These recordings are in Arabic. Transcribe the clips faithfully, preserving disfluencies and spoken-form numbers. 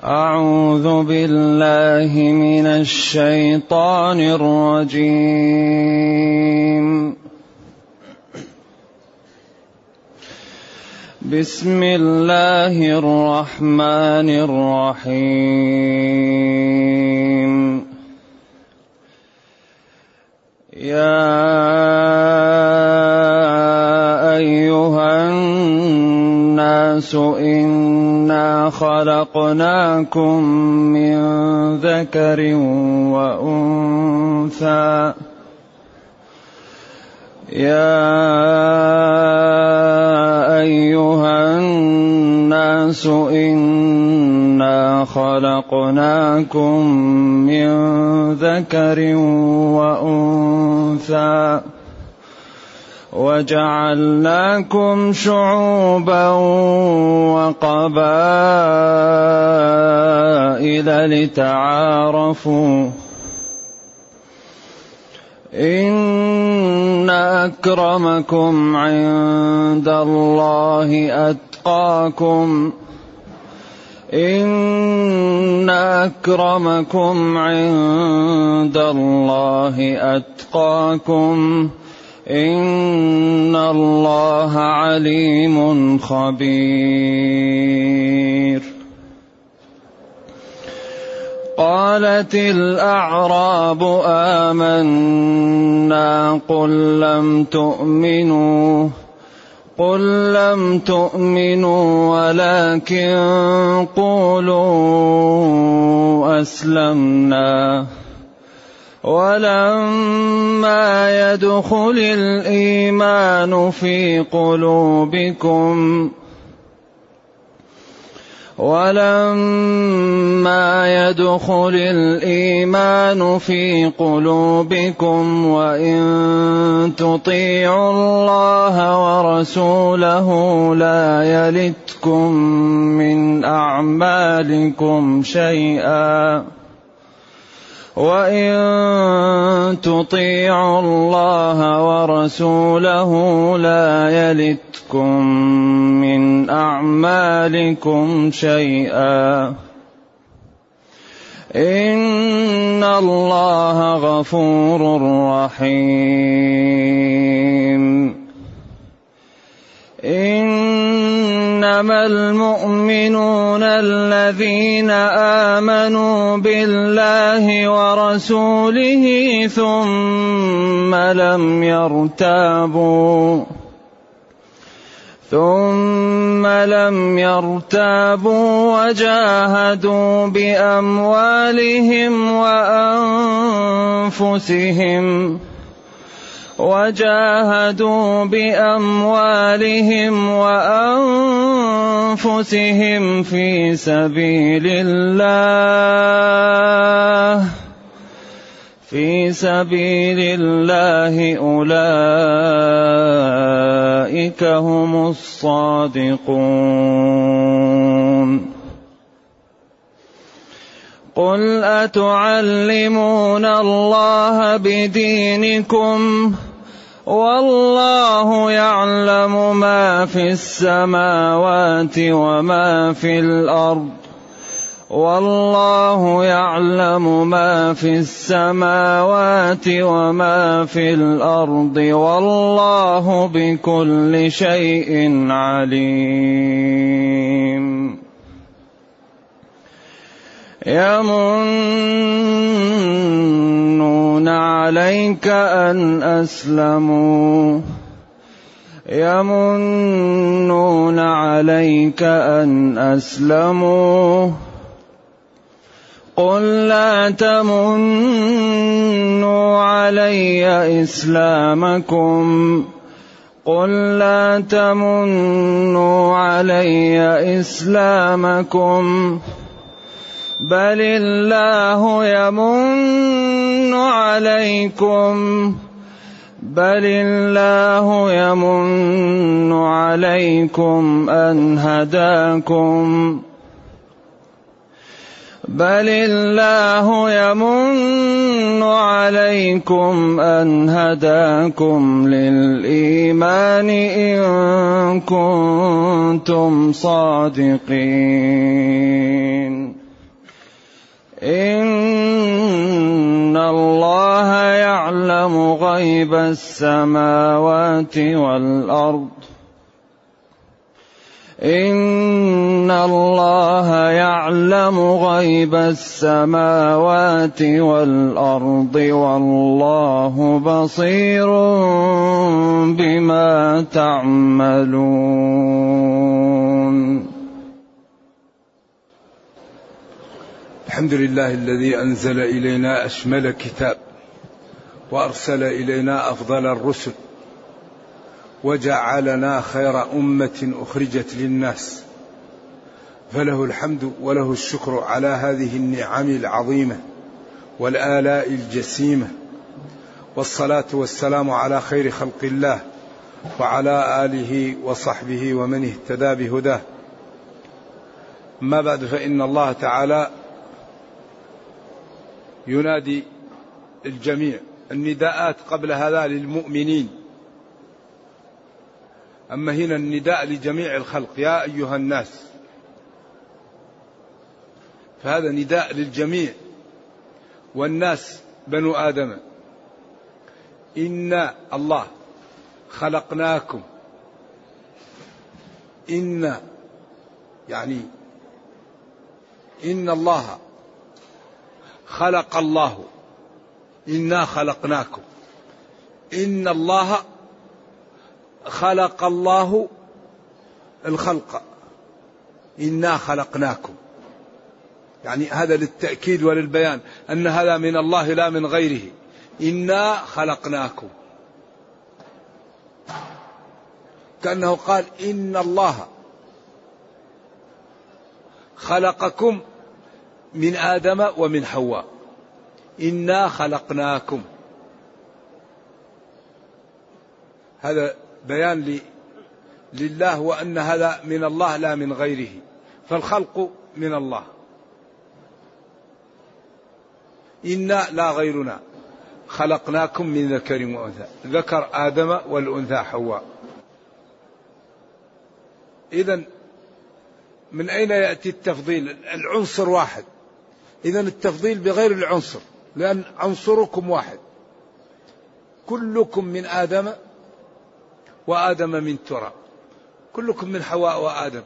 أعوذ بالله من الشيطان الرجيم. بسم الله الرحمن الرحيم. يا أيها الناس إنا خلقناكم من ذكر وأنثى يا أيها الناس إنا خلقناكم من ذكر وأنثى وجعلناكم شعوبا وقبائل لتعارفوا إن أكرمكم عند الله أتقاكم إن أكرمكم عند الله أتقاكم إن الله عليم خبير. قالت الأعراب آمنا قل لم تؤمنوا قل لم تؤمنوا ولكن قولوا أسلمنا ولما يدخل الإيمان في قلوبكم ولما يدخل الإيمان في قلوبكم وإن تطيعوا الله ورسوله لا يلتكم من أعمالكم شيئا وإن تطيعوا الله ورسوله لا يلتكم من أعمالكم شيئا إن الله غفور رحيم. إنما المؤمنون الذين آمنوا بالله ورسوله ثم لم يرتابوا ثم لم يرتابوا وجاهدوا بأموالهم وأنفسهم وجاهدوا بأموالهم وأنفسهم في سبيل الله في سبيل الله أولئك هم الصادقون. قل أتعلمون الله بدينكم والله يعلم ما في السماوات وما في الأرض والله يعلم ما في السماوات وما في الأرض والله بكل شيء عليم. يمنون عليك أن أسلموا يمنون عليك أن أسلموا قل لا تمنوا علي إسلامكم قل لا تمنوا علي إسلامكم بل الله يمن عليكم بل الله يمن عليكم أن هداكم بل الله يمن عليكم أن هداكم للإيمان إن كنتم صادقين. غيب السماوات والأرض إن الله يعلم غيب السماوات والأرض والله بصير بما تعملون. الحمد لله الذي أنزل إلينا أشمل كتاب وأرسل إلينا أفضل الرسل وجعلنا خير أمة أخرجت للناس، فله الحمد وله الشكر على هذه النعم العظيمة والآلاء الجسيمة، والصلاة والسلام على خير خلق الله وعلى آله وصحبه ومن اهتدى بهداه. ما بعد، فإن الله تعالى ينادي الجميع. النداءات قبل هذا للمؤمنين، أما هنا النداء لجميع الخلق يا أيها الناس، فهذا نداء للجميع، والناس بنو آدم. إن الله خلقناكم، إن يعني إن الله خلق الله، إنا خلقناكم، إن الله خلق الله الخلق، إنا خلقناكم، يعني هذا للتأكيد وللبيان أن هذا من الله لا من غيره. إنا خلقناكم، كأنه قال إن الله خلقكم من آدم ومن حواء، إنا خلقناكم، هذا بيان لله وأن هذا من الله لا من غيره، فالخلق من الله، إنا لا غيرنا خلقناكم من ذكر وأنثى، ذكر آدم والأنثى حواء. إذن من أين يأتي التفضيل؟ العنصر واحد، إذن التفضيل بغير العنصر، لأن عنصركم واحد، كلكم من آدم وآدم من تراب، كلكم من حواء وآدم.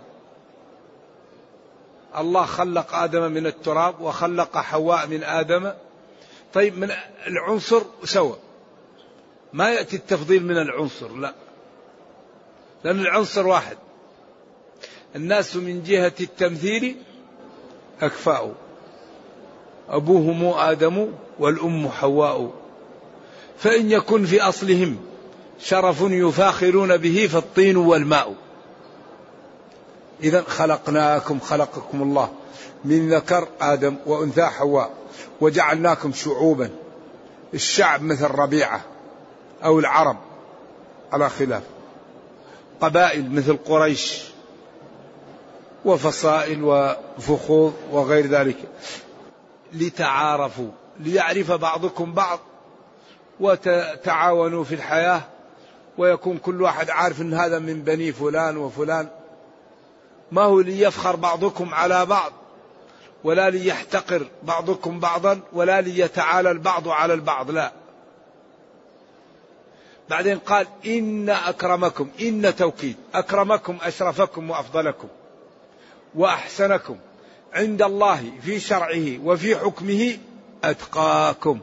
الله خلق آدم من التراب وخلق حواء من آدم. طيب من العنصر سوا، ما يأتي التفضيل من العنصر، لا، لأن العنصر واحد. الناس من جهة التمثيل أكفاء، أبوهم آدم والأم حواء، فإن يكن في أصلهم شرف يفاخرون به فالطين والماء. إذن خلقناكم، خلقكم الله من ذكر آدم وأنثى حواء، وجعلناكم شعوبا، الشعب مثل ربيعة أو العرب على خلاف، قبائل مثل قريش، وفصائل وفخوذ وغير ذلك، لتعارفوا، ليعرف بعضكم بعض وتعاونوا في الحياة، ويكون كل واحد عارف أن هذا من بني فلان وفلان، ما هو ليفخر بعضكم على بعض، ولا ليحتقر بعضكم بعضا، ولا ليتعالى البعض على البعض، لا. بعدين قال إن أكرمكم، إن توكيد، أكرمكم أشرفكم وأفضلكم وأحسنكم عند الله في شرعه وفي حكمه أتقاكم.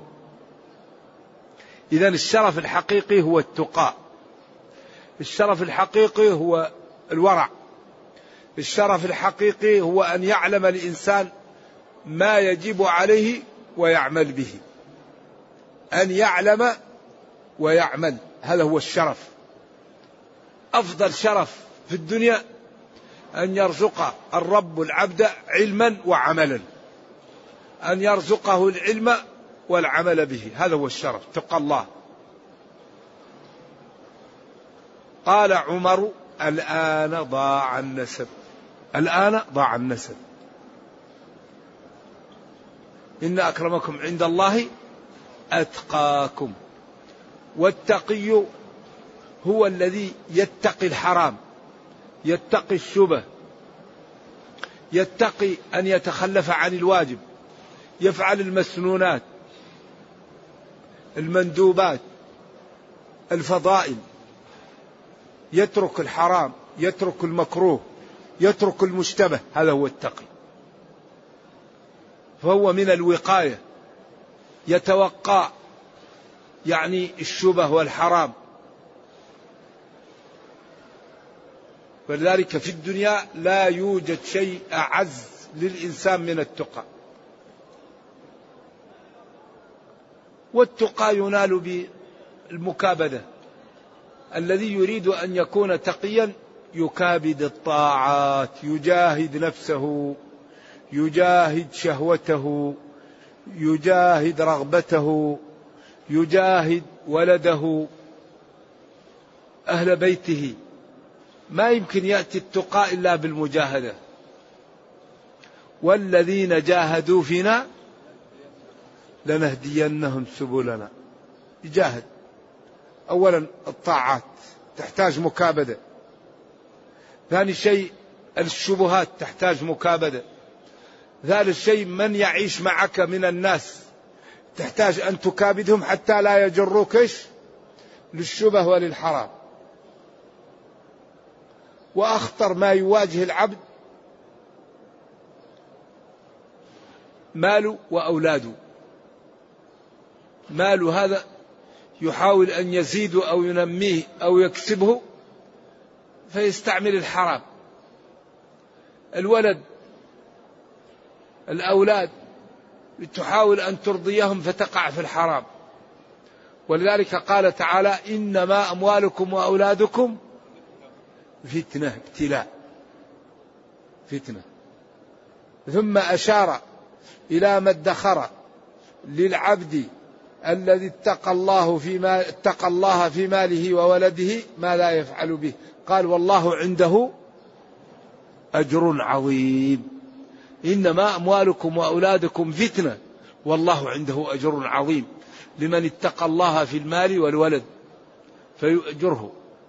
إذن الشرف الحقيقي هو التقى، الشرف الحقيقي هو الورع، الشرف الحقيقي هو أن يعلم الإنسان ما يجب عليه ويعمل به، أن يعلم ويعمل، هذا هو الشرف. أفضل شرف في الدنيا أن يرزق الرب العبد علما وعملا، أن يرزقه العلم والعمل به، هذا هو الشرف، تقى الله. قال عمر الآن ضاع النسب، الآن ضاع النسب. إن أكرمكم عند الله أتقاكم، والتقي هو الذي يتقي الحرام، يتقي الشبه، يتقي أن يتخلف عن الواجب، يفعل المسنونات، المندوبات، الفضائل، يترك الحرام، يترك المكروه، يترك المشتبه، هذا هو التقي. فهو من الوقاية، يتوقع يعني الشبه والحرام. ولذلك في الدنيا لا يوجد شيء أعز للإنسان من التقى. والتقى ينال بالمكابدة. الذي يريد أن يكون تقيا يكابد الطاعات، يجاهد نفسه، يجاهد شهوته، يجاهد رغبته، يجاهد ولده، أهل بيته. ما يمكن يأتي التقى إلا بالمجاهدة. والذين جاهدوا فينا لنهدينهم سبلنا. يجاهد. أولا الطاعات تحتاج مكابدة. ثاني شيء الشبهات تحتاج مكابدة. ثالث شيء من يعيش معك من الناس تحتاج أن تكابدهم حتى لا يجروك للشبه وللحرام. وأخطر ما يواجه العبد ماله وأولاده. ماله هذا يحاول أن يزيده أو ينميه أو يكسبه فيستعمل الحرام. الولد الأولاد تحاول أن ترضيهم فتقع في الحرام. ولذلك قال تعالى إنما أموالكم وأولادكم فتنة، ابتلاء، فتنة. ثم أشار إلى ما ادخر للعبد الذي اتقى الله في ما اتقى الله في ماله وولده ما لا يفعل به. قال والله عنده أجر عظيم. إنما أموالكم وأولادكم فتنة والله عنده أجر عظيم لمن اتقى الله في المال والولد فيؤجره.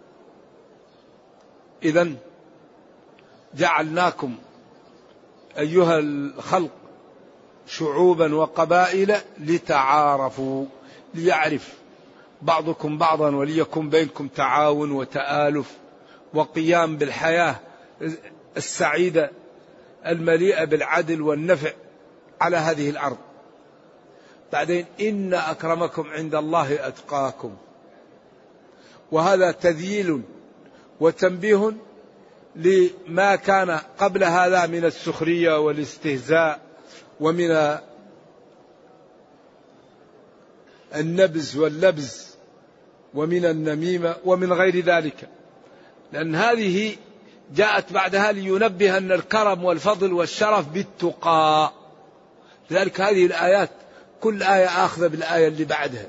إذن جعلناكم أيها الخلق شعوبا وقبائل لتعارفوا، ليعرف بعضكم بعضا وليكن بينكم تعاون وتآلف وقيام بالحياة السعيدة المليئة بالعدل والنفع على هذه الأرض. بعدين إن أكرمكم عند الله أتقاكم. وهذا تذييل وتنبيه لما كان قبل هذا من السخرية والاستهزاء ومن النبز واللبز ومن النميمة ومن غير ذلك، لأن هذه جاءت بعدها لينبه أن الكرم والفضل والشرف بالتقى. لذلك هذه الآيات كل آية آخذة بالآية اللي بعدها.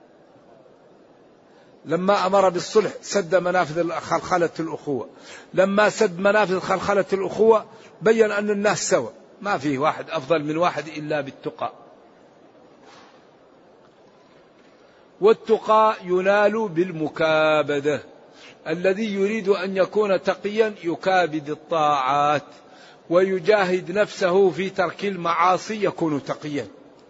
لما أمر بالصلح سد منافذ خلخلة الأخوة. لما سد منافذ خلخلة الأخوة بين أن الناس سوا، ما فيه واحد أفضل من واحد إلا بالتقى. والتقى ينال بالمكابدة. الذي يريد أن يكون تقيا يكابد الطاعات ويجاهد نفسه في ترك المعاصي يكون تقيا.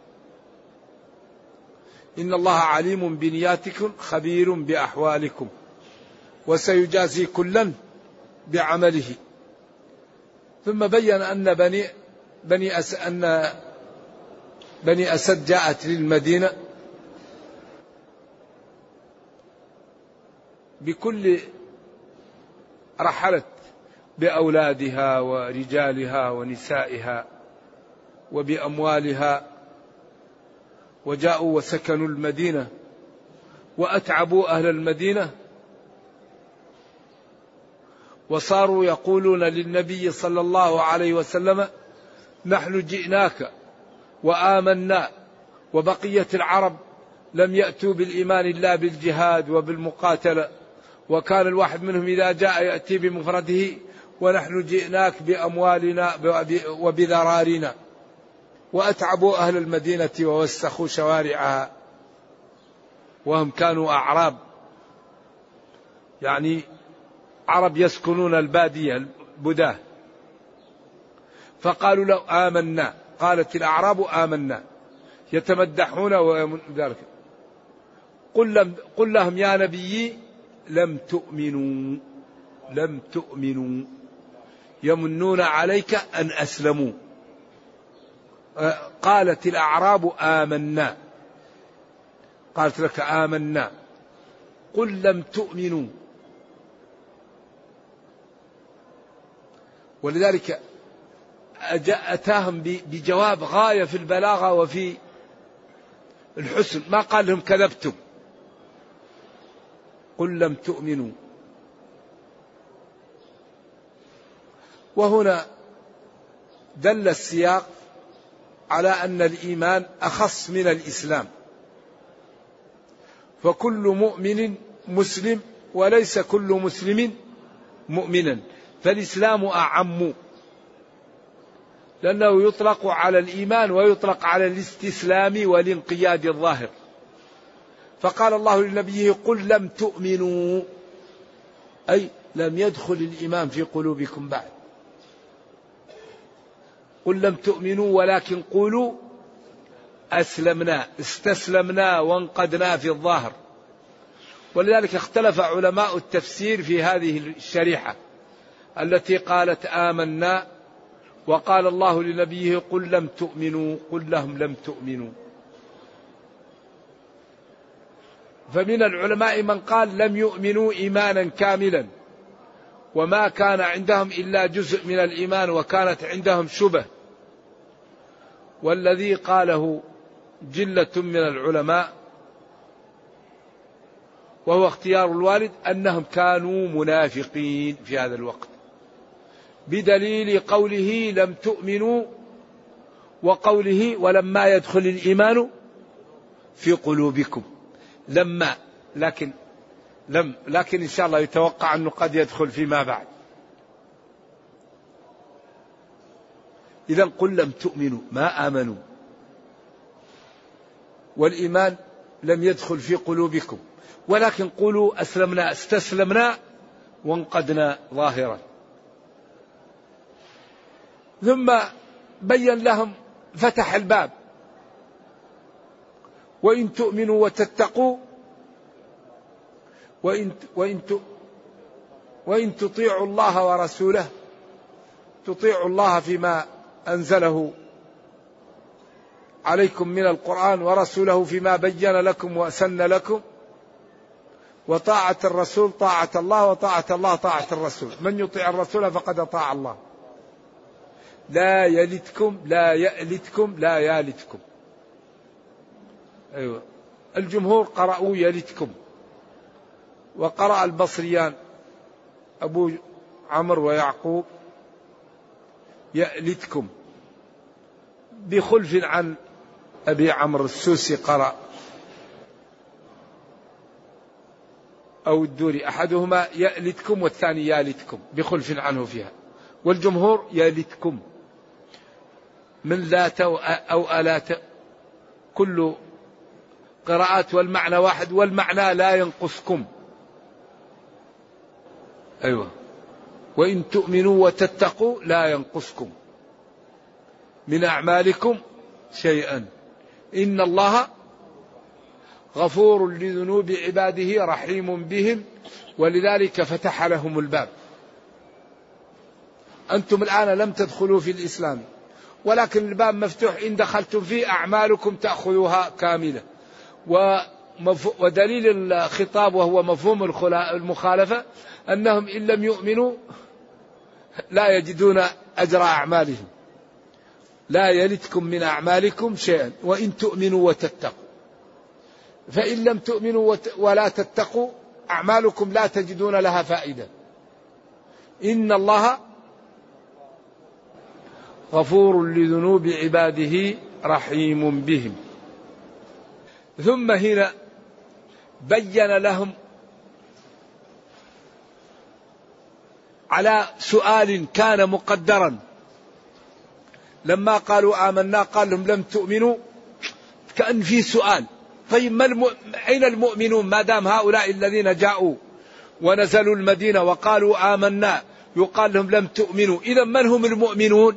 إن الله عليم بنياتكم خبير بأحوالكم وسيجازي كلا بعمله. ثم بين أن بني بني أس أن بني أسد جاءت للمدينة بكل رحلت بأولادها ورجالها ونسائها وبأموالها، وجاءوا وسكنوا المدينة وأتعبوا أهل المدينة، وصاروا يقولون للنبي صلى الله عليه وسلم نحن جئناك وآمنا وبقية العرب لم يأتوا بالإيمان إلا بالجهاد وبالمقاتلة، وكان الواحد منهم إذا جاء يأتي بمفرده ونحن جئناك بأموالنا وبذرارنا. وأتعبوا أهل المدينة ووسخوا شوارعها وهم كانوا أعراب، يعني عرب يسكنون البادية البداه. فقالوا لو آمنا، قالت الأعراب آمنا، يتمدحون وذلك. قل, لم قل لهم يا نبي لم تؤمنوا لم تؤمنوا يمنون عليك أن أسلموا. قالت الأعراب آمنا، قالت لك آمنا، قل لم تؤمنوا. ولذلك أتاهم بجواب غاية في البلاغة وفي الحسن، ما قال لهم كذبتم، قل لم تؤمنوا. وهنا دل السياق على أن الإيمان أخص من الإسلام، فكل مؤمن مسلم وليس كل مسلم مؤمنا، فالإسلام أعم، لأنه يطلق على الإيمان ويطلق على الاستسلام والانقياد الظاهر. فقال الله لنبيه قل لم تؤمنوا، أي لم يدخل الإيمان في قلوبكم بعد. قل لم تؤمنوا ولكن قولوا أسلمنا، استسلمنا وانقدنا في الظاهر. ولذلك اختلف علماء التفسير في هذه الشريحة التي قالت آمنا وقال الله لنبيه قل لم تؤمنوا، قل لهم لم تؤمنوا. فمن العلماء من قال لم يؤمنوا إيمانا كاملا، وما كان عندهم إلا جزء من الإيمان وكانت عندهم شبه. والذي قاله جلة من العلماء وهو اختيار الوالد أنهم كانوا منافقين في هذا الوقت، بدليل قوله لم تؤمنوا وقوله ولما يدخل الإيمان في قلوبكم. لما لكن لم لكن إن شاء الله يتوقع أنه قد يدخل فيما بعد. إذا قل لم تؤمنوا ما آمنوا، والإيمان لم يدخل في قلوبكم، ولكن قولوا أسلمنا استسلمنا وانقدنا ظاهرا. ثم بين لهم فتح الباب، وإن تؤمنوا وتتقوا وإن, وإن, وإن تطيعوا الله ورسوله، تطيعوا الله فيما أنزله عليكم من القرآن ورسوله فيما بين لكم وأسن لكم، وطاعة الرسول طاعة الله وطاعة الله طاعة الرسول، من يطيع الرسول فقد أطاع الله. لا يلتكم لا يألتكم لا يالتكم. أيوة. الجمهور قرأوا يلتكم، وقرأ البصريان أبو عمرو ويعقوب يألتكم، بخلف عن أبي عمرو السوسي قرأ أو الدوري، أحدهما يألتكم والثاني يالتكم بخلف عنه فيها، والجمهور يالتكم من لات أو ألات، كل قراءات والمعنى واحد، والمعنى لا ينقصكم. أيوة. وإن تؤمنوا وتتقوا لا ينقصكم من أعمالكم شيئا إن الله غفور لذنوب عباده رحيم بهم، ولذلك فتح لهم الباب. أنتم الآن لم تدخلوا في الإسلام، ولكن الباب مفتوح، إن دخلتم فيه أعمالكم تأخذوها كاملة. ودليل الخطاب وهو مفهوم المخالفة أنهم إن لم يؤمنوا لا يجدون أجر أعمالهم. لا يلتكم من أعمالكم شيئا وإن تؤمنوا وتتقوا، فإن لم تؤمنوا ولا تتقوا أعمالكم لا تجدون لها فائدة. إن الله غفور لذنوب عباده رحيم بهم. ثم هنا بين لهم على سؤال كان مقدرا، لما قالوا آمنا قال لهم لم تؤمنوا، كأن في سؤال، طيب ما الم... أين المؤمنون ما دام هؤلاء الذين جاءوا ونزلوا المدينة وقالوا آمنا يقال لهم لم تؤمنوا، إذا من هم المؤمنون؟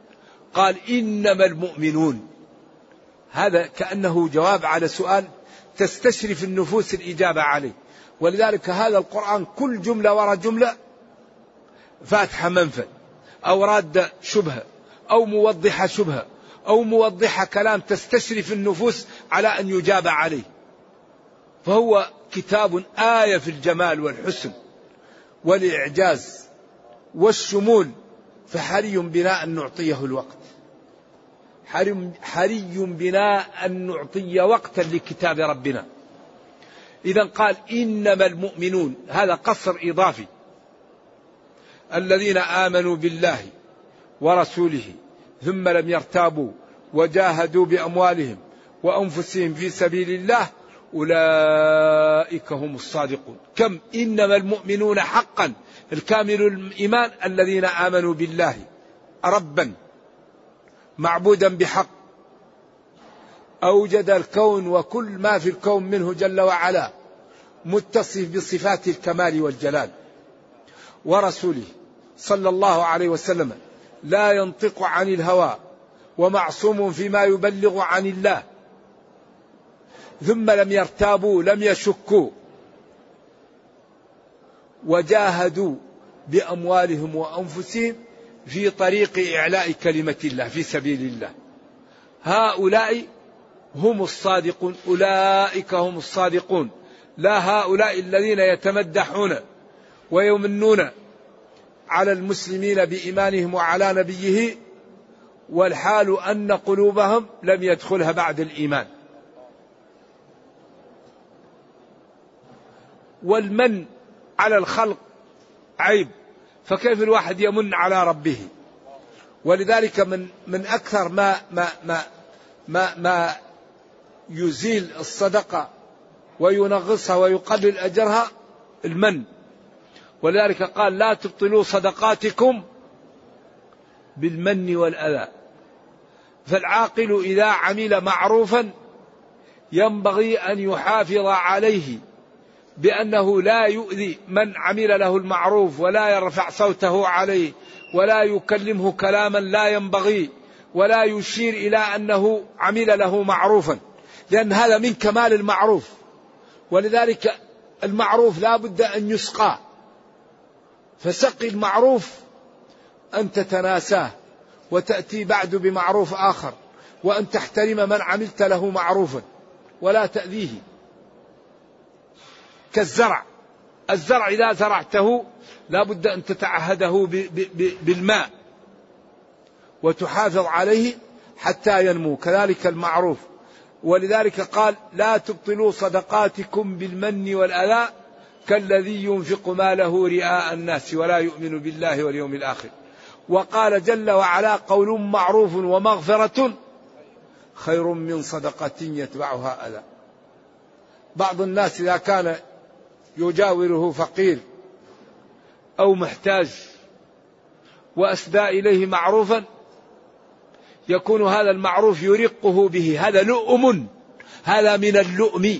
قال إنما المؤمنون. هذا كأنه جواب على سؤال تستشرف النفوس الإجابة عليه. ولذلك هذا القرآن كل جملة وراء جملة فاتحة منفذ أو راد شبهة أو موضحة شبهة أو موضحة كلام تستشرف النفوس على أن يجاب عليه. فهو كتاب آية في الجمال والحسن والإعجاز والشمول، فحري بنا أن نعطيه الوقت، حري بنا أن نعطي وقتا لكتاب ربنا. إذا قال إنما المؤمنون، هذا قصر إضافي، الذين آمنوا بالله ورسوله ثم لم يرتابوا وجاهدوا بأموالهم وأنفسهم في سبيل الله أولئك هم الصادقون. كم إنما المؤمنون حقا الكامل الإيمان الذين آمنوا بالله ربا معبودا بحق، أوجد الكون وكل ما في الكون منه جل وعلا، متصف بصفات الكمال والجلال. ورسوله صلى الله عليه وسلم لا ينطق عن الهوى ومعصوم فيما يبلغ عن الله، ثم لم يرتابوا لم يشكوا وجاهدوا بأموالهم وأنفسهم في طريق إعلاء كلمة الله في سبيل الله. هؤلاء هم الصادقون، أولئك هم الصادقون، لا هؤلاء الذين يتمدحون ويمنون على المسلمين بإيمانهم وعلى نبيه والحال أن قلوبهم لم يدخلها بعد الإيمان. والمن على الخلق عيب، فكيف الواحد يمن على ربه؟ ولذلك من من أكثر ما ما ما ما, ما يزيل الصدقة وينغصها ويقلل أجرها المن. ولذلك قال لا تبطلوا صدقاتكم بالمن والأذى. فالعاقل إذا عمل معروفا ينبغي أن يحافظ عليه بأنه لا يؤذي من عمل له المعروف، ولا يرفع صوته عليه، ولا يكلمه كلاما لا ينبغي، ولا يشير إلى أنه عمل له معروفا، لأن هذا من كمال المعروف. ولذلك المعروف لا بد أن يسقى، فسقي المعروف أن تتناساه وتأتي بعد بمعروف آخر، وأن تحترم من عملت له معروفا ولا تأذيه. كالزرع، الزرع إذا زرعته لا بد أن تتعهده بالماء وتحافظ عليه حتى ينمو، كذلك المعروف. ولذلك قال لا تبطلوا صدقاتكم بالمن والأذى كالذي ينفق ماله رئاء الناس ولا يؤمن بالله واليوم الآخر. وقال جل وعلا قول معروف ومغفرة خير من صدقة يتبعها أذى. بعض الناس إذا كان يجاوره فقير أو محتاج وأسدى إليه معروفا يكون هذا المعروف يرقه به، هذا لؤم، هذا من اللؤم.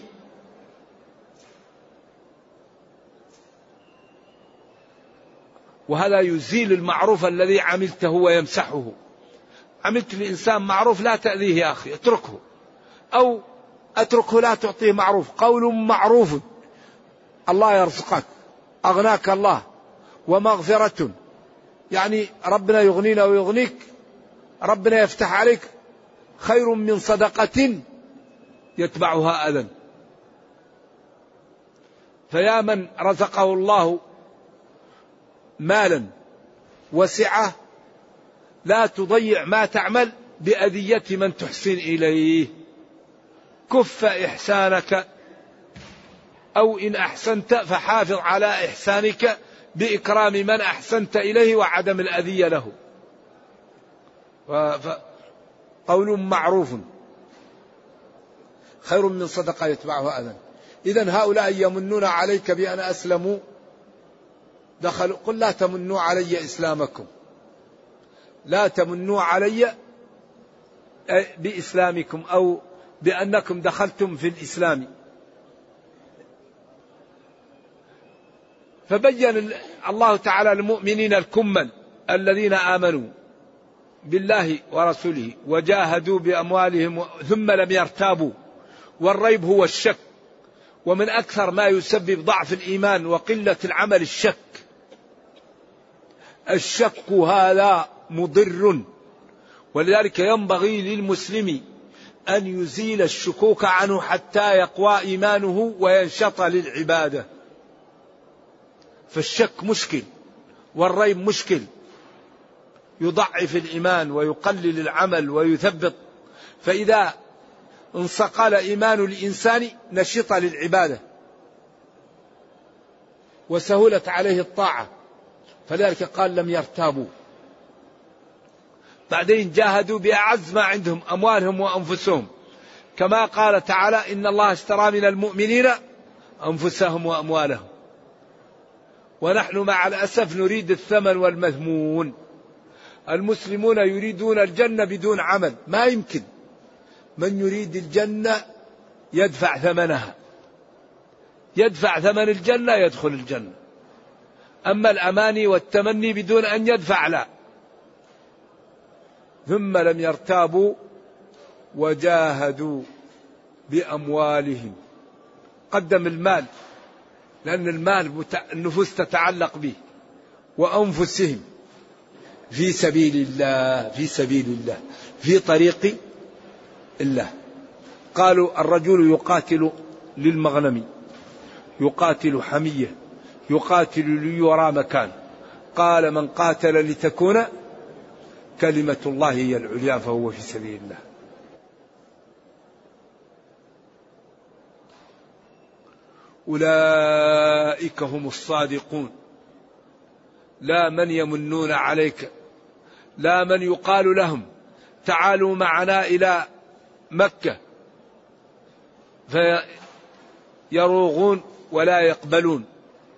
وهذا يزيل المعروف الذي عملته ويمسحه. عملت الإنسان معروف لا تأذيه يا أخي، اتركه، أو اتركه لا تعطيه معروف. قول معروف الله يرزقك، أغناك الله، ومغفرة يعني ربنا يغنينا ويغنيك، ربنا يفتح عليك، خير من صدقة يتبعها أذى. فيا من رزقه الله مالا وسعة لا تضيع ما تعمل بأذية من تحسن إليه. كف إحسانك، أو إن أحسنت فحافظ على إحسانك بإكرام من أحسنت إليه وعدم الأذية له. قول معروف خير من صدقة يتبعها أذى. إذن هؤلاء يمنون عليك بأن أسلموا دخلوا، قل لا تمنوا علي إسلامكم، لا تمنوا علي بإسلامكم أو بأنكم دخلتم في الإسلام. فبين الله تعالى المؤمنين الكمل الذين آمنوا بالله ورسوله وجاهدوا بأموالهم ثم لم يرتابوا. والريب هو الشك ومن أكثر ما يسبب ضعف الإيمان وقلة العمل الشك. الشك هذا مضر، ولذلك ينبغي للمسلم أن يزيل الشكوك عنه حتى يقوى إيمانه وينشط للعبادة. فالشك مشكل والريب مشكل، يضعف الإيمان ويقلل العمل ويثبط. فإذا انصقل إيمان الإنسان نشط للعبادة وسهلت عليه الطاعة، فذلك قال لم يرتابوا. بعدين جاهدوا بأعز ما عندهم أموالهم وأنفسهم، كما قال تعالى إن الله اشترى من المؤمنين أنفسهم وأموالهم. ونحن مع الأسف نريد الثمن والمذمون. المسلمون يريدون الجنة بدون عمل، ما يمكن. من يريد الجنة يدفع ثمنها، يدفع ثمن الجنة يدخل الجنة. أما الأماني والتمني بدون أن يدفع لا. ثم لم يرتابوا وجاهدوا بأموالهم. قدم المال لأن المال النفوس تتعلق به، وأنفسهم في سبيل الله، في سبيل الله في طريق الله. قالوا الرجل يقاتل للمغنم، يقاتل حمية، يقاتل ليرى مكان. قال من قاتل لتكون كلمة الله هي العليا فهو في سبيل الله. أولئك هم الصادقون. لا من يمنون عليك، لا من يقال لهم تعالوا معنا إلى مكة فيروغون ولا يقبلون.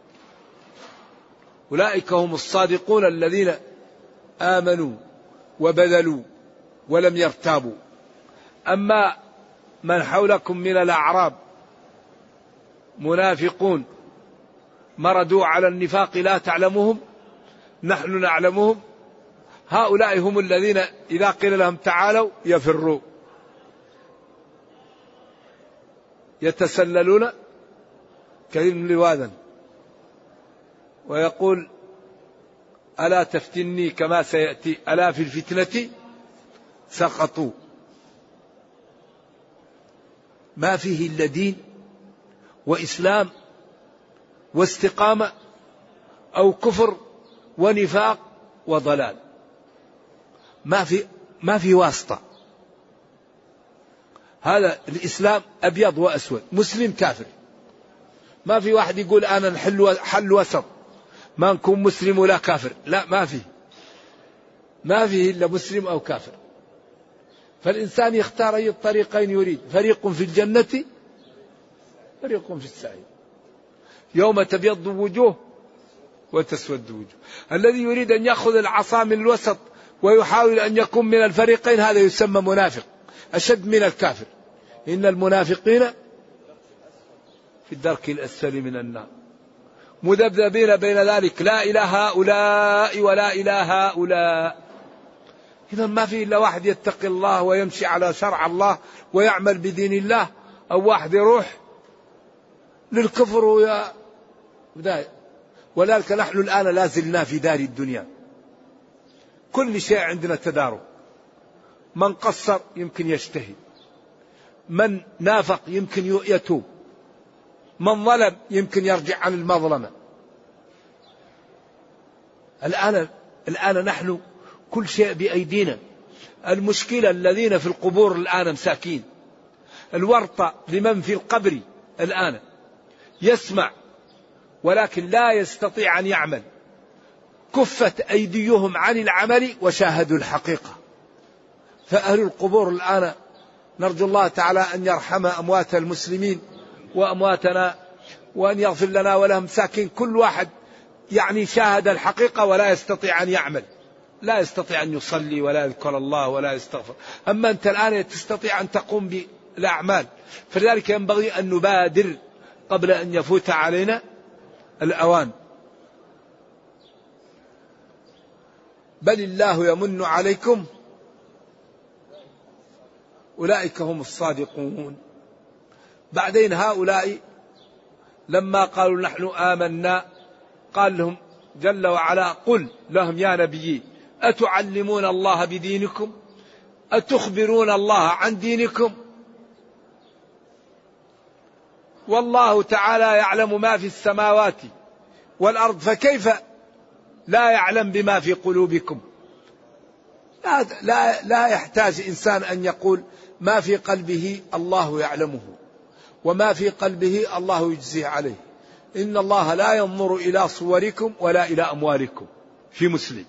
أولئك هم الصادقون الذين آمنوا وبذلوا ولم يرتابوا. أما من حولكم من الأعراب منافقون مردوا على النفاق لا تعلمهم نحن نعلمهم، هؤلاء هم الذين إذا قيل لهم تعالوا يفروا، يتسللون كهم لواذا، ويقول ألا تفتني كما سيأتي ألا في الفتنة سقطوا. ما فيه إلا دين وإسلام واستقامة أو كفر ونفاق وضلال، ما في ما في واسطة. هذا الإسلام أبيض وأسود، مسلم كافر. ما في واحد يقول أنا الحل حل وسط، ما نكون مسلم ولا كافر، لا ما فيه، ما فيه إلا مسلم أو كافر. فالإنسان يختار أي الطريقين يريد، فريق في الجنة فريق في السعير. يوم تبيض وجوه وتسود وجوه. الذي يريد أن يأخذ العصا من الوسط ويحاول أن يكون من الفريقين هذا يسمى منافق أشد من الكافر. إن المنافقين في الدرك الأسفل من النار مذبذبين بين ذلك لا إله هؤلاء ولا إله هؤلاء. إذا ما في إلا واحد يتقي الله ويمشي على شرع الله ويعمل بدين الله، أو واحد يروح للكفر ويا بداية. ولذلك نحن الآن لازلنا في دار الدنيا، كل شيء عندنا تدارك. من قصر يمكن يجتهد، من نافق يمكن يتوب، من ظلم يمكن يرجع عن المظلمة. الآن الآن نحن كل شيء بأيدينا. المشكلة الذين في القبور الآن مساكين، الورطة لمن في القبر الآن يسمع ولكن لا يستطيع أن يعمل، كفت أيديهم عن العمل وشاهدوا الحقيقة. فأهل القبور الآن نرجو الله تعالى أن يرحم أموات المسلمين وأمواتنا وأن يغفر لنا ولهم. مساكين كل واحد يعني شاهد الحقيقة ولا يستطيع أن يعمل، لا يستطيع أن يصلي ولا يذكر الله ولا يستغفر. أما أنت الآن تستطيع أن تقوم بالأعمال. فلذلك ينبغي أن نبادر قبل أن يفوت علينا الأوان. بل الله يمن عليكم أولئك هم الصادقون. بعدين هؤلاء لما قالوا نحن آمنا قال لهم جل وعلا قل لهم يا نبي أتعلمون الله بدينكم أتخبرون الله عن دينكم والله تعالى يعلم ما في السماوات والأرض فكيف لا يعلم بما في قلوبكم. لا, لا, لا يحتاج إنسان أن يقول ما في قلبه الله يعلمه وما في قلبه الله يجزيه عليه. إن الله لا ينظر إلى صوركم ولا إلى أموالكم في مسلم،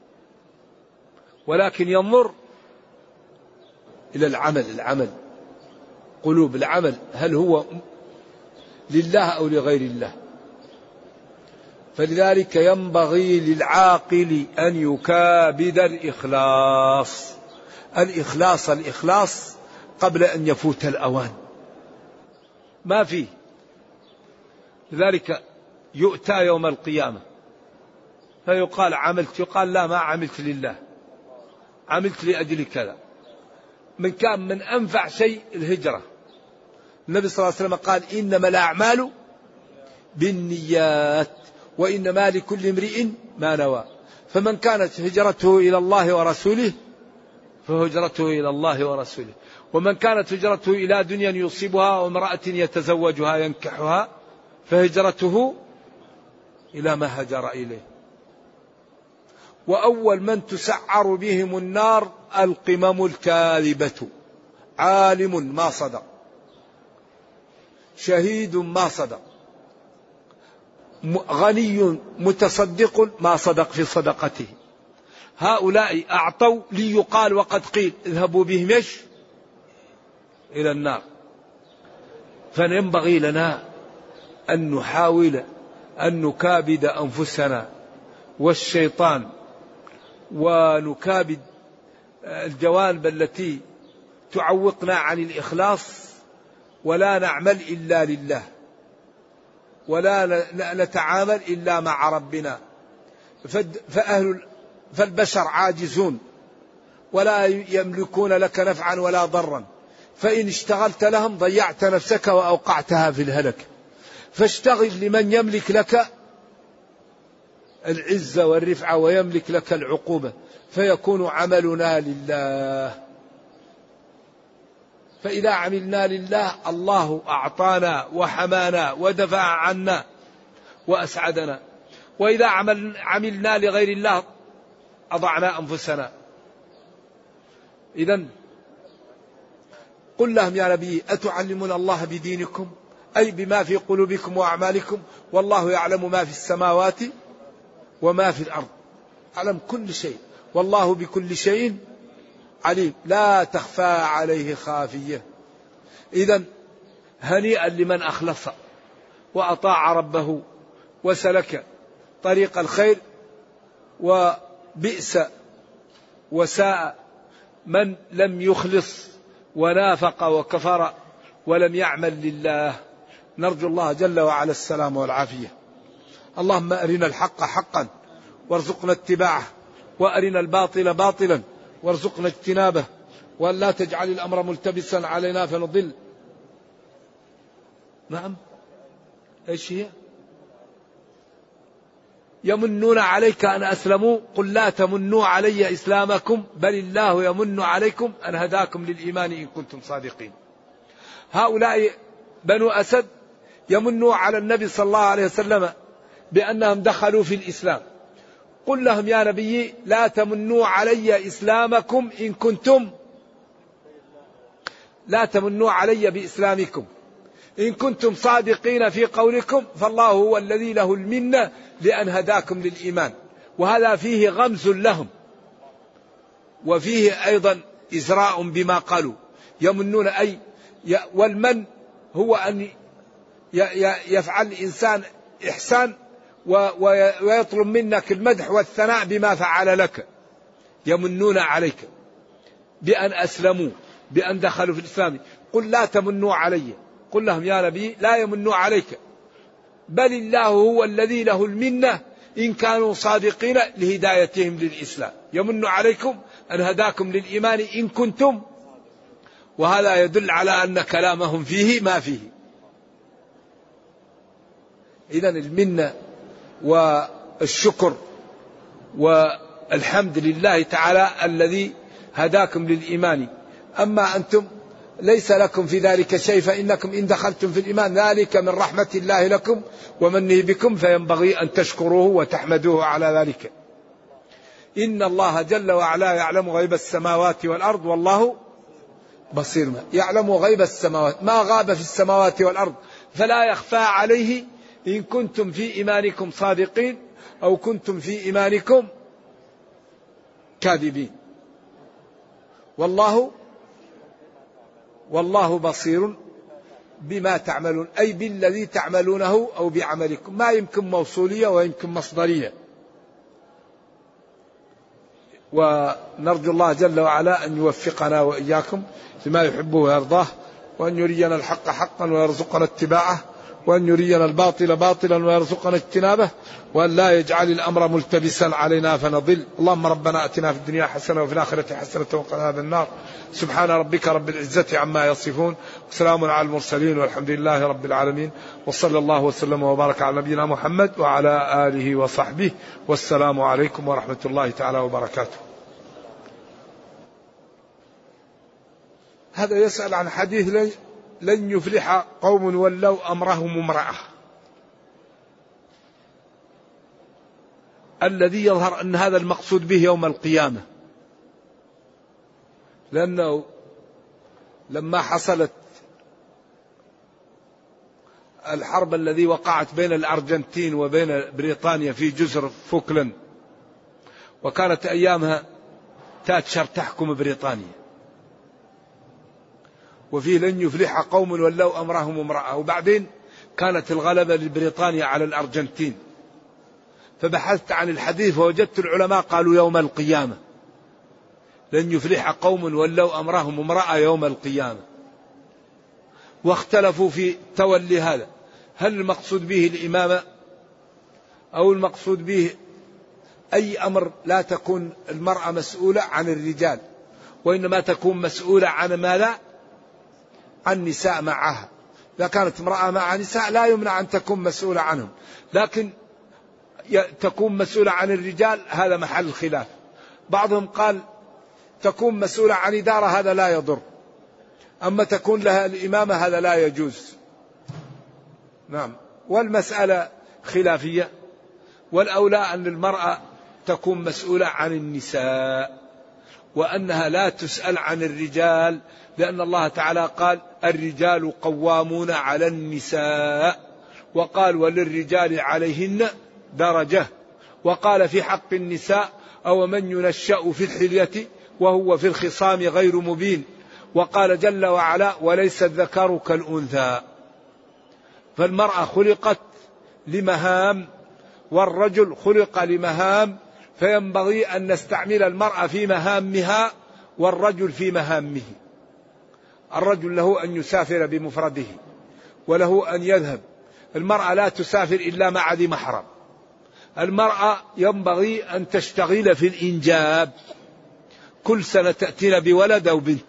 ولكن ينظر إلى العمل. العمل قلوب العمل هل هو لله أو لغير الله. فلذلك ينبغي للعاقل أن يكابد الإخلاص. الإخلاص الإخلاص قبل أن يفوت الأوان. ما فيه. لذلك يؤتى يوم القيامة فيقال عملت، يقال لا ما عملت لله، عملت لأجل كذا. من كان من أنفع شيء الهجرة. النبي صلى الله عليه وسلم قال إنما الأعمال بالنيات وإنما لكل امرئ ما نوى. فمن كانت هجرته إلى الله ورسوله فهجرته إلى الله ورسوله، ومن كانت هجرته إلى دنيا يصيبها وامرأة يتزوجها ينكحها فهجرته إلى ما هجر إليه. وأول من تسعر بهم النار القمم الكاذبة، عالم ما صدق، شهيد ما صدق، غني متصدق ما صدق في صدقته. هؤلاء أعطوا ليقال وقد قيل اذهبوا بهم ايش إلى النار. فينبغي لنا أن نحاول أن نكابد أنفسنا والشيطان ونكابد الجوانب التي تعوقنا عن الإخلاص، ولا نعمل إلا لله، ولا نتعامل إلا مع ربنا. فأهل فالبشر عاجزون ولا يملكون لك نفعا ولا ضرا، فإن اشتغلت لهم ضيعت نفسك وأوقعتها في الهلك. فاشتغل لمن يملك لك العزة والرفعة ويملك لك العقوبة، فيكون عملنا لله. فإذا عملنا لله الله أعطانا وحمانا ودفع عنا وأسعدنا، وإذا عمل عملنا لغير الله أضعنا أنفسنا. إذن قل لهم يا نبي أتعلمون الله بدينكم أي بما في قلوبكم وأعمالكم والله يعلم ما في السماوات وما في الأرض، علم كل شيء، والله بكل شيء عليم لا تخفى عليه خافية. إذن هنيئا لمن أخلص وأطاع ربه وسلك طريق الخير، وبئس وساء من لم يخلص ونافق وكفر ولم يعمل لله. نرجو الله جل وعلا السلام والعافية. اللهم أرنا الحق حقا وارزقنا اتباعه، وأرنا الباطل باطلا وارزقنا اجتنابه، وأن لا تجعل الأمر ملتبسا علينا فنضل. نعم ايش هي؟ يمنون عليك أن أسلموا قل لا تمنوا علي إسلامكم بل الله يمن عليكم أن هداكم للإيمان إن كنتم صادقين. هؤلاء بنو أسد يمنوا على النبي صلى الله عليه وسلم بأنهم دخلوا في الإسلام. قل لهم يا نبي لا تمنوا علي إسلامكم إن كنتم لا تمنوا علي بإسلامكم إن كنتم صادقين في قولكم، فالله هو الذي له المنة لأن هداكم للإيمان. وهذا فيه غمز لهم، وفيه أيضا إزراء بما قالوا. يمنون أي والمن هو أن يفعل الإنسان إحسان ويطلب منك المدح والثناء بما فعل لك. يمنون عليك بأن أسلموا بأن دخلوا في الإسلام. قل لا تمنوا علي، قل لهم يا نبي لا يمنوا عليك بل الله هو الذي له المنة إن كانوا صادقين لهدايتهم للإسلام. يمن عليكم أن هداكم للإيمان إن كنتم، وهذا يدل على أن كلامهم فيه ما فيه. إذن المنة والشكر والحمد لله تعالى الذي هداكم للإيمان. أما أنتم ليس لكم في ذلك شيء، فإنكم إن دخلتم في الإيمان ذلك من رحمة الله لكم ومنه بكم، فينبغي أن تشكروه وتحمدوه على ذلك. إن الله جل وعلا يعلم غيب السماوات والأرض والله بصير. ما يعلم غيب السماوات، ما غاب في السماوات والأرض، فلا يخفى عليه إن كنتم في إيمانكم صادقين أو كنتم في إيمانكم كاذبين. والله والله بصير بما تعملون، أي بالذي تعملونه أو بعملكم. ما يمكن موصولية ويمكن مصدرية. ونرجو الله جل وعلا أن يوفقنا وإياكم لما يحبه ويرضاه، وأن يرينا الحق حقا ويرزقنا اتباعه، وأن يرينا الباطل باطلا ويرزقنا اجتنابه، وأن لا يجعل الأمر ملتبسا علينا فنضل. اللهم ربنا أتنا في الدنيا حسنة وفي الآخرة حسنة وقنا عذاب النار. سبحان ربك رب العزة عما يصفون، وسلام على المرسلين، والحمد لله رب العالمين، وصلى الله وسلم وبارك على نبينا محمد وعلى آله وصحبه، والسلام عليكم ورحمة الله تعالى وبركاته. هذا يسأل عن حديث لن يفلح قوم ولوا أمرهم امرأة. الذي يظهر أن هذا المقصود به يوم القيامة، لأنه لما حصلت الحرب الذي وقعت بين الأرجنتين وبين بريطانيا في جزر فوكلاند، وكانت أيامها تاتشر تحكم بريطانيا، وفيه لن يفلح قوم ولوا أمرهم امرأة، وبعدين كانت الغلبة لبريطانيا على الأرجنتين. فبحثت عن الحديث فوجدت العلماء قالوا يوم القيامة، لن يفلح قوم ولوا أمرهم امرأة يوم القيامة. واختلفوا في تولي هذا، هل المقصود به الإمامة أو المقصود به أي أمر لا تكون المرأة مسؤولة عن الرجال، وإنما تكون مسؤولة عن ماذا؟ عن نساء معها. إذا كانت امرأة مع نساء لا يمنع أن تكون مسؤولة عنهم، لكن تكون مسؤولة عن الرجال هذا محل خلاف. بعضهم قال تكون مسؤولة عن إدارة، هذا لا يضر، أما تكون لها الإمامة هذا لا يجوز. نعم، والمسألة خلافية، والأولى أن المرأة تكون مسؤولة عن النساء، وأنها لا تسأل عن الرجال، لأن الله تعالى قال الرجال قوامون على النساء، وقال وللرجال عليهن درجة، وقال في حق النساء أو من ينشأ في الحلية وهو في الخصام غير مبين، وقال جل وعلا وليس الذكر كالأنثى. فالمرأة خلقت لمهام والرجل خلق لمهام، فينبغي أن نستعمل المرأة في مهامها والرجل في مهامه. الرجل له أن يسافر بمفرده وله أن يذهب، المرأة لا تسافر إلا مع ذي محرم. المرأة ينبغي أن تشتغل في الإنجاب، كل سنة تأتينا بولد أو بنت،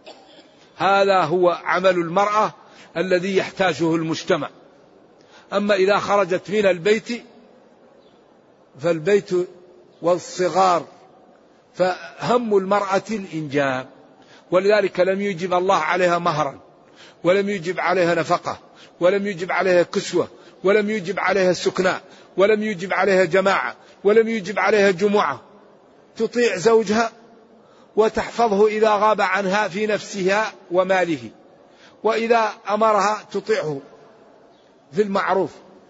هذا هو عمل المرأة الذي يحتاجه المجتمع. أما إذا خرجت من البيت فالبيت والصغار، فهم المرأة الإنجاب، ولذلك لم يجب الله عليها مهرا، ولم يجب عليها نفقة، ولم يجب عليها كسوة، ولم يجب عليها سكناء، ولم يجب عليها جماعة، ولم يجب عليها جمعة. تطيع زوجها وتحفظه إذا غاب عنها في نفسها وماله، وإذا أمرها تطيعه في المعروف.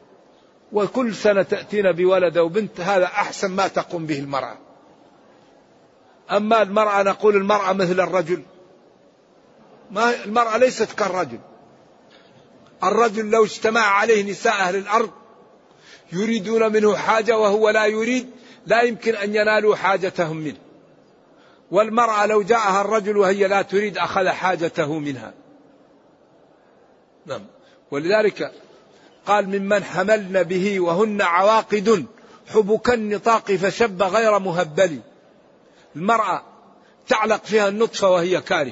وكل سنة تأتينا بولد أو بنت، هذا أحسن ما تقوم به المرأة. أما المرأة نقول المرأة مثل الرجل، ما المرأة ليست كالرجل. الرجل لو اجتمع عليه نساء أهل الأرض يريدون منه حاجة وهو لا يريد، لا يمكن أن ينالوا حاجتهم منه. والمرأة لو جاءها الرجل وهي لا تريد أخذ حاجته منها. نعم، ولذلك قال ممن حملن به وهن عواقد حبك النطاق فشب غير مهبل. المرأة تعلق فيها النطفة وهي كاره،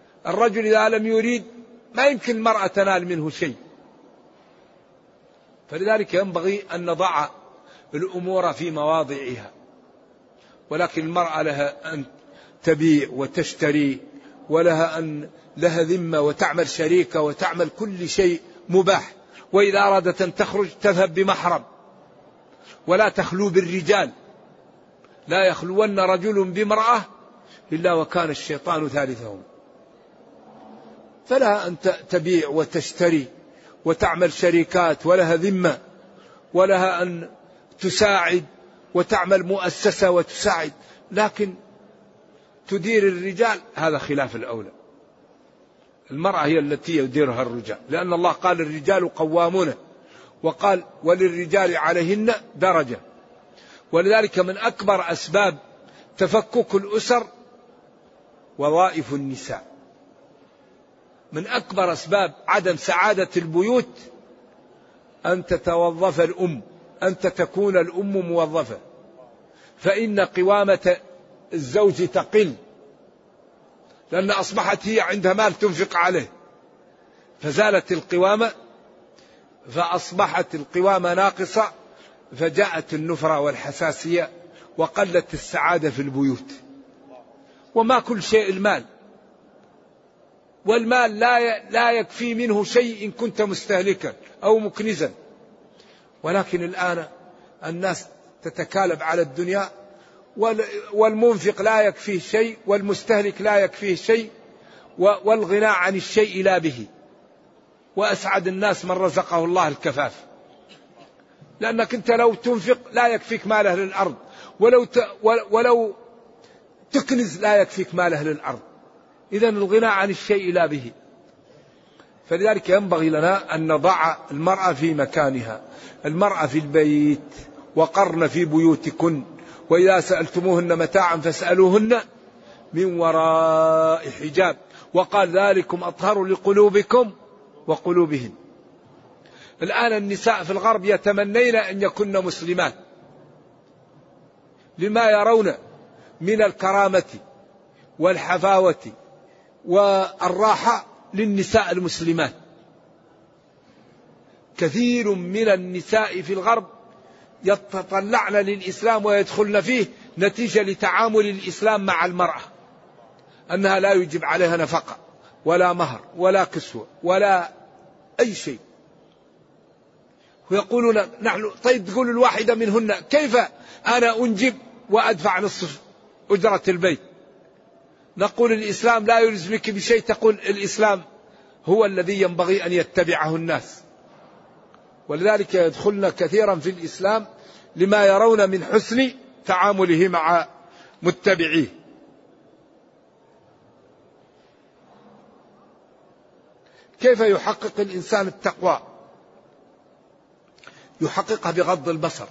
الرجل إذا لم يريد ما يمكن المرأة تنال منه شيء. فلذلك ينبغي أن نضع الأمور في مواضعها. ولكن المرأة لها أن تبيع وتشتري، ولها أن لها ذمة وتعمل شريكة وتعمل كل شيء مباح، وإذا أرادت أن تخرج تذهب بمحرم، ولا تخلو بالرجال، لا يخلون رجل بامرأة إلا وكان الشيطان ثالثهم. فلها أن تبيع وتشتري وتعمل شركات، ولها ذمة، ولها أن تساعد وتعمل مؤسسة وتساعد، لكن تدير الرجال هذا خلاف الأولى. المرأة هي التي يديرها الرجال، لأن الله قال الرجال قوامون، وقال وللرجال عليهن درجة. ولذلك من أكبر أسباب تفكك الأسر وظائف النساء، من أكبر أسباب عدم سعادة البيوت أن تتوظف الأم، أنت تكون الأم موظفة، فإن قوامة الزوج تقل، لأن أصبحت هي عندها مال تنفق عليه، فزالت القوامة، فأصبحت القوامة ناقصة، فجاءت النفرة والحساسية وقلت السعادة في البيوت. وما كل شيء المال، والمال لا لا يكفي منه شيء إن كنت مستهلكا أو مكنزا. ولكن الآن الناس تتكالب على الدنيا، والمنفق لا يكفيه شيء، والمستهلك لا يكفيه شيء، والغناء عن الشيء لا به. وأسعد الناس من رزقه الله الكفاف، لأنك أنت لو تنفق لا يكفيك مال أهل الأرض، ولو ولو تكنز لا يكفيك مال أهل الأرض. إذن الغناء عن الشيء لا به. فلذلك ينبغي لنا أن نضع المرأة في مكانها. المرأة في البيت، وقرن في بيوتكن، وإذا سألتموهن متاعا فاسألوهن من وراء حجاب، وقال ذلكم أطهر لقلوبكم وقلوبهن. الآن النساء في الغرب يتمنين أن يكن مسلمات، لما يرون من الكرامة والحفاوة والراحة للنساء المسلمات. كثير من النساء في الغرب يتطلعن للإسلام ويدخلن فيه نتيجة لتعامل الإسلام مع المرأة، أنها لا يجب عليها نفقة ولا مهر ولا كسوة ولا أي شيء. ويقولون نحن طيب، تقول الواحدة منهن كيف أنا أنجب وأدفع نصف أجرة البيت؟ نقول الإسلام لا يلزمك بشيء، تقول الإسلام هو الذي ينبغي أن يتبعه الناس. ولذلك يدخلن كثيرا في الإسلام لما يرون من حسن تعامله مع متبعيه. كيف يحقق الإنسان التقوى؟ يحققها بغض البصر،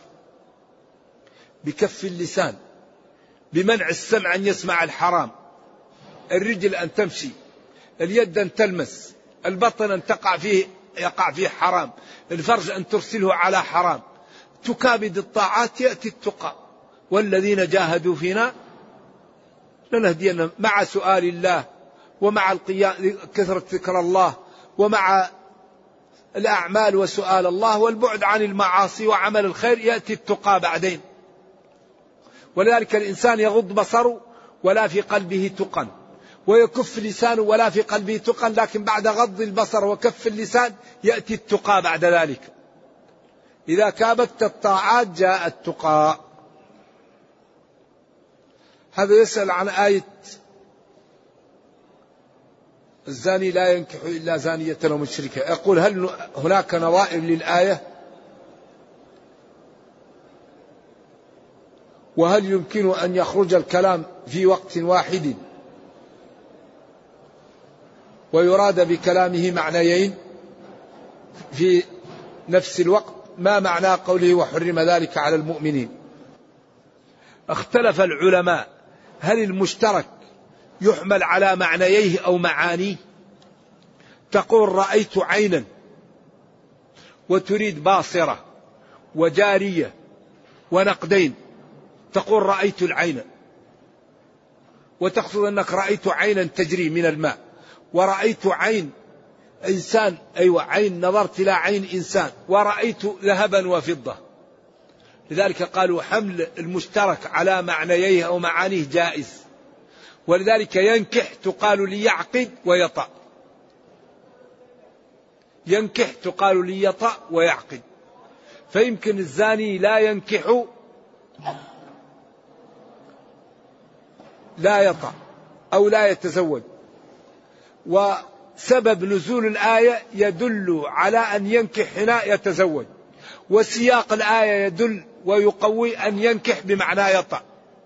بكف اللسان، بمنع السمع أن يسمع الحرام، الرجل أن تمشي، اليد أن تلمس، البطن أن تقع فيه يقع فيه حرام، الفرج أن ترسله على حرام. تكابد الطاعات يأتي التقى. والذين جاهدوا فينا لنهدينا، مع سؤال الله، ومع القيام كثرة ذكر الله، ومع الأعمال وسؤال الله والبعد عن المعاصي وعمل الخير يأتي التقى بعدين. ولذلك الإنسان يغض بصره ولا في قلبه تقى، ويكف لسانه ولا في قلبه تقى، لكن بعد غض البصر وكف اللسان يأتي التقى بعد ذلك. إذا كابدت الطاعات جاء التقى. هذا يسأل عن آية الزاني لا ينكح إلا زانية أو مشركة، يقول هل هناك نظائر للآية؟ وهل يمكن أن يخرج الكلام في وقت واحد ويراد بكلامه معنيين في نفس الوقت؟ ما معنى قوله وحرم ذلك على المؤمنين؟ اختلف العلماء هل المشترك يحمل على معنييه أو معانيه؟ تقول رأيت عينا وتريد باصرة وجارية ونقدين، تقول رأيت العين، وتقصد أنك رأيت عينا تجري من الماء، ورأيت عين إنسان، أيوة عين، نظرت إلى عين إنسان ورأيت ذهبا وفضة. لذلك قالوا حمل المشترك على معنييه أو معانيه جائز. ولذلك ينكح تقال ليعقد ويطأ، ينكح تقال ليطأ ويعقد. فيمكن الزاني لا ينكح لا يطأ أو لا يتزوج. وسبب نزول الآية يدل على أن ينكح هنا يتزوج، وسياق الآية يدل ويقوي أن ينكح بمعنى يطأ،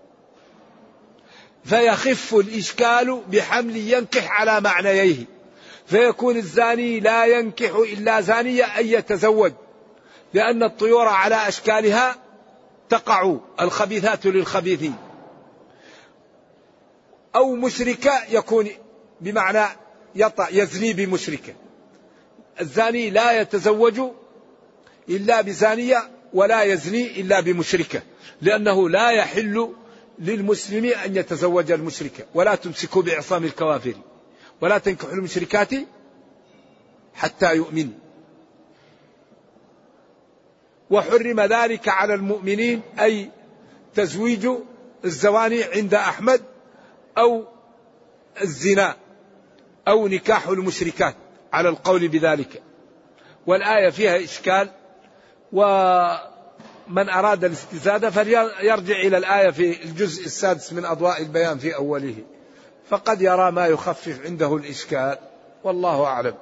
فيخف الإشكال بحمل ينكح على معنييه، فيكون الزاني لا ينكح إلا زانية أن يتزوج، لأن الطيور على أشكالها تقع، الخبيثات للخبيثين. أو مشركة يكون بمعنى يطأ، يزني بمشركة. الزاني لا يتزوج إلا بزانية ولا يزني إلا بمشركة، لأنه لا يحل للمسلم أن يتزوج المشركة. ولا تمسكوا بعصام الكوافر ولا تنكحوا المشركات حتى يؤمن. وحرم ذلك على المؤمنين، أي تزويج الزواني عند أحمد أو الزنا أو نكاح المشركات على القول بذلك. والآية فيها إشكال، ومن أراد الاستزادة فليرجع إلى الآية في الجزء السادس من أضواء البيان في أوله، فقد يرى ما يخفف عنده الإشكال، والله أعلم.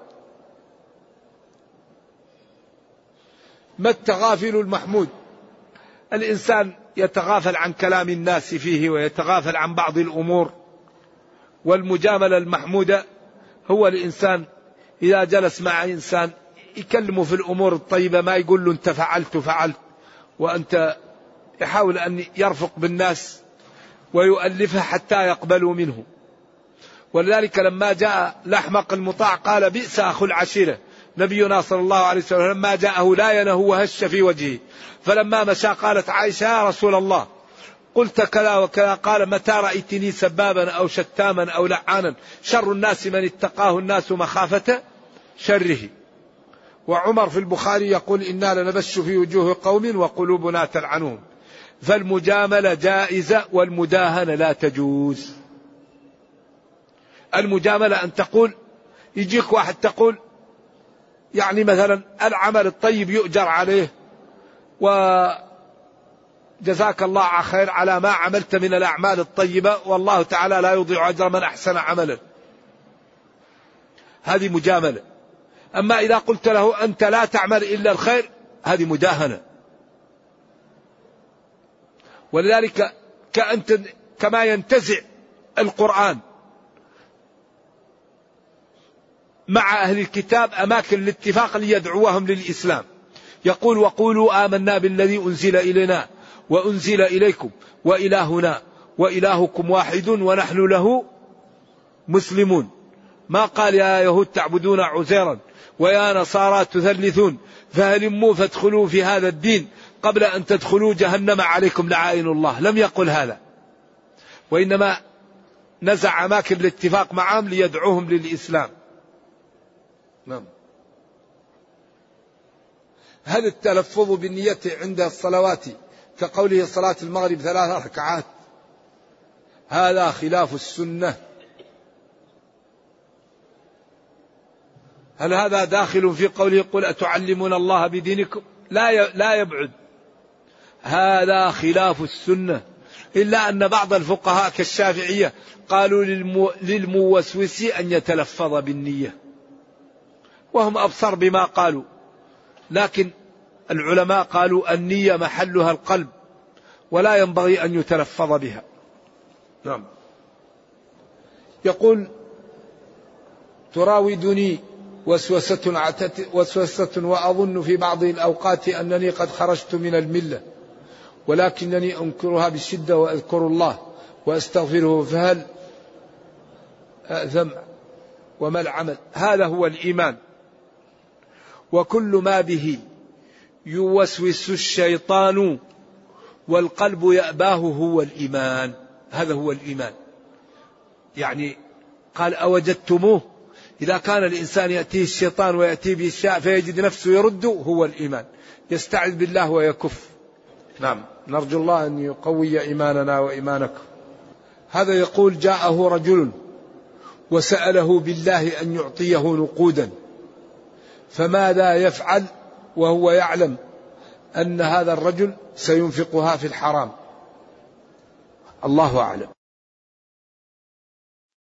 ما التغافل المحمود؟ الإنسان يتغافل عن كلام الناس فيه ويتغافل عن بعض الأمور. والمجاملة المحمودة هو الإنسان إذا جلس مع إنسان يكلمه في الأمور الطيبة، ما يقول له أنت فعلت فعلت وأنت، يحاول أن يرفق بالناس ويؤلفها حتى يقبلوا منه. ولذلك لما جاء الأحمق المطاع قال بئس أخو العشيرة. نبينا صلى الله عليه وسلم لما جاءه لاينه وهش في وجهه، فلما مشى قالت عائشة يا رسول الله قلت كذا وكذا، قال متى رأيتني سبابا أو شتاما أو لعانا، شر الناس من اتقاه الناس مخافة شره. وعمر في البخاري يقول إنا لنبش في وجوه قوم وقلوبنا تلعنهم. فالمجاملة جائزة والمداهنة لا تجوز. المجاملة أن تقول، يجيك واحد تقول يعني مثلا العمل الطيب يؤجر عليه وجزاك الله خير على ما عملت من الأعمال الطيبة والله تعالى لا يضيع أجر من أحسن عملا، هذه مجاملة. أما إذا قلت له أنت لا تعمل إلا الخير هذه مداهنة. ولذلك كأنت كما ينتزع القرآن مع أهل الكتاب أماكن الاتفاق ليدعوهم للإسلام، يقول وقولوا آمنا بالذي أنزل إلينا وأنزل إليكم وإلهنا وإلهكم واحد ونحن له مسلمون. ما قال يا يهود تعبدون عزيرا ويا نصارى تثلثون فهلموا فادخلوا في هذا الدين قبل أن تدخلوا جهنم عليكم لعائن الله، لم يقل هذا، وإنما نزع أماكن الاتفاق معهم ليدعوهم للإسلام. نعم. هل التلفظ بالنية عند الصلوات كقوله صلاة المغرب ثلاث ركعات هذا خلاف السنة؟ هل هذا داخل في قوله قل أتعلمون الله بدينكم؟ لا لا يبعد، هذا خلاف السنة. إلا أن بعض الفقهاء كالشافعية قالوا للمو للموسوس أن يتلفظ بالنية، وهم أبصر بما قالوا، لكن العلماء قالوا النية محلها القلب ولا ينبغي أن يتلفظ بها. نعم. يقول تراودني وسوسة, وسوسة وأظن في بعض الأوقات أنني قد خرجت من الملة ولكنني أنكرها بالشدة وأذكر الله وأستغفره، فهل أأثم وما العمل؟ هذا هو الإيمان، وكل ما به يوسوس الشيطان والقلب يأباه هو الإيمان، هذا هو الإيمان. يعني قال أوجدتموه، إذا كان الإنسان يأتيه الشيطان ويأتيه بأشياء فيجد نفسه يرد، هو الإيمان، يستعذ بالله ويكف. نعم، نرجو الله أن يقوي إيماننا وإيمانكم. هذا يقول جاءه رجل وسأله بالله أن يعطيه نقودا، فماذا يفعل وهو يعلم أن هذا الرجل سينفقها في الحرام؟ الله أعلم.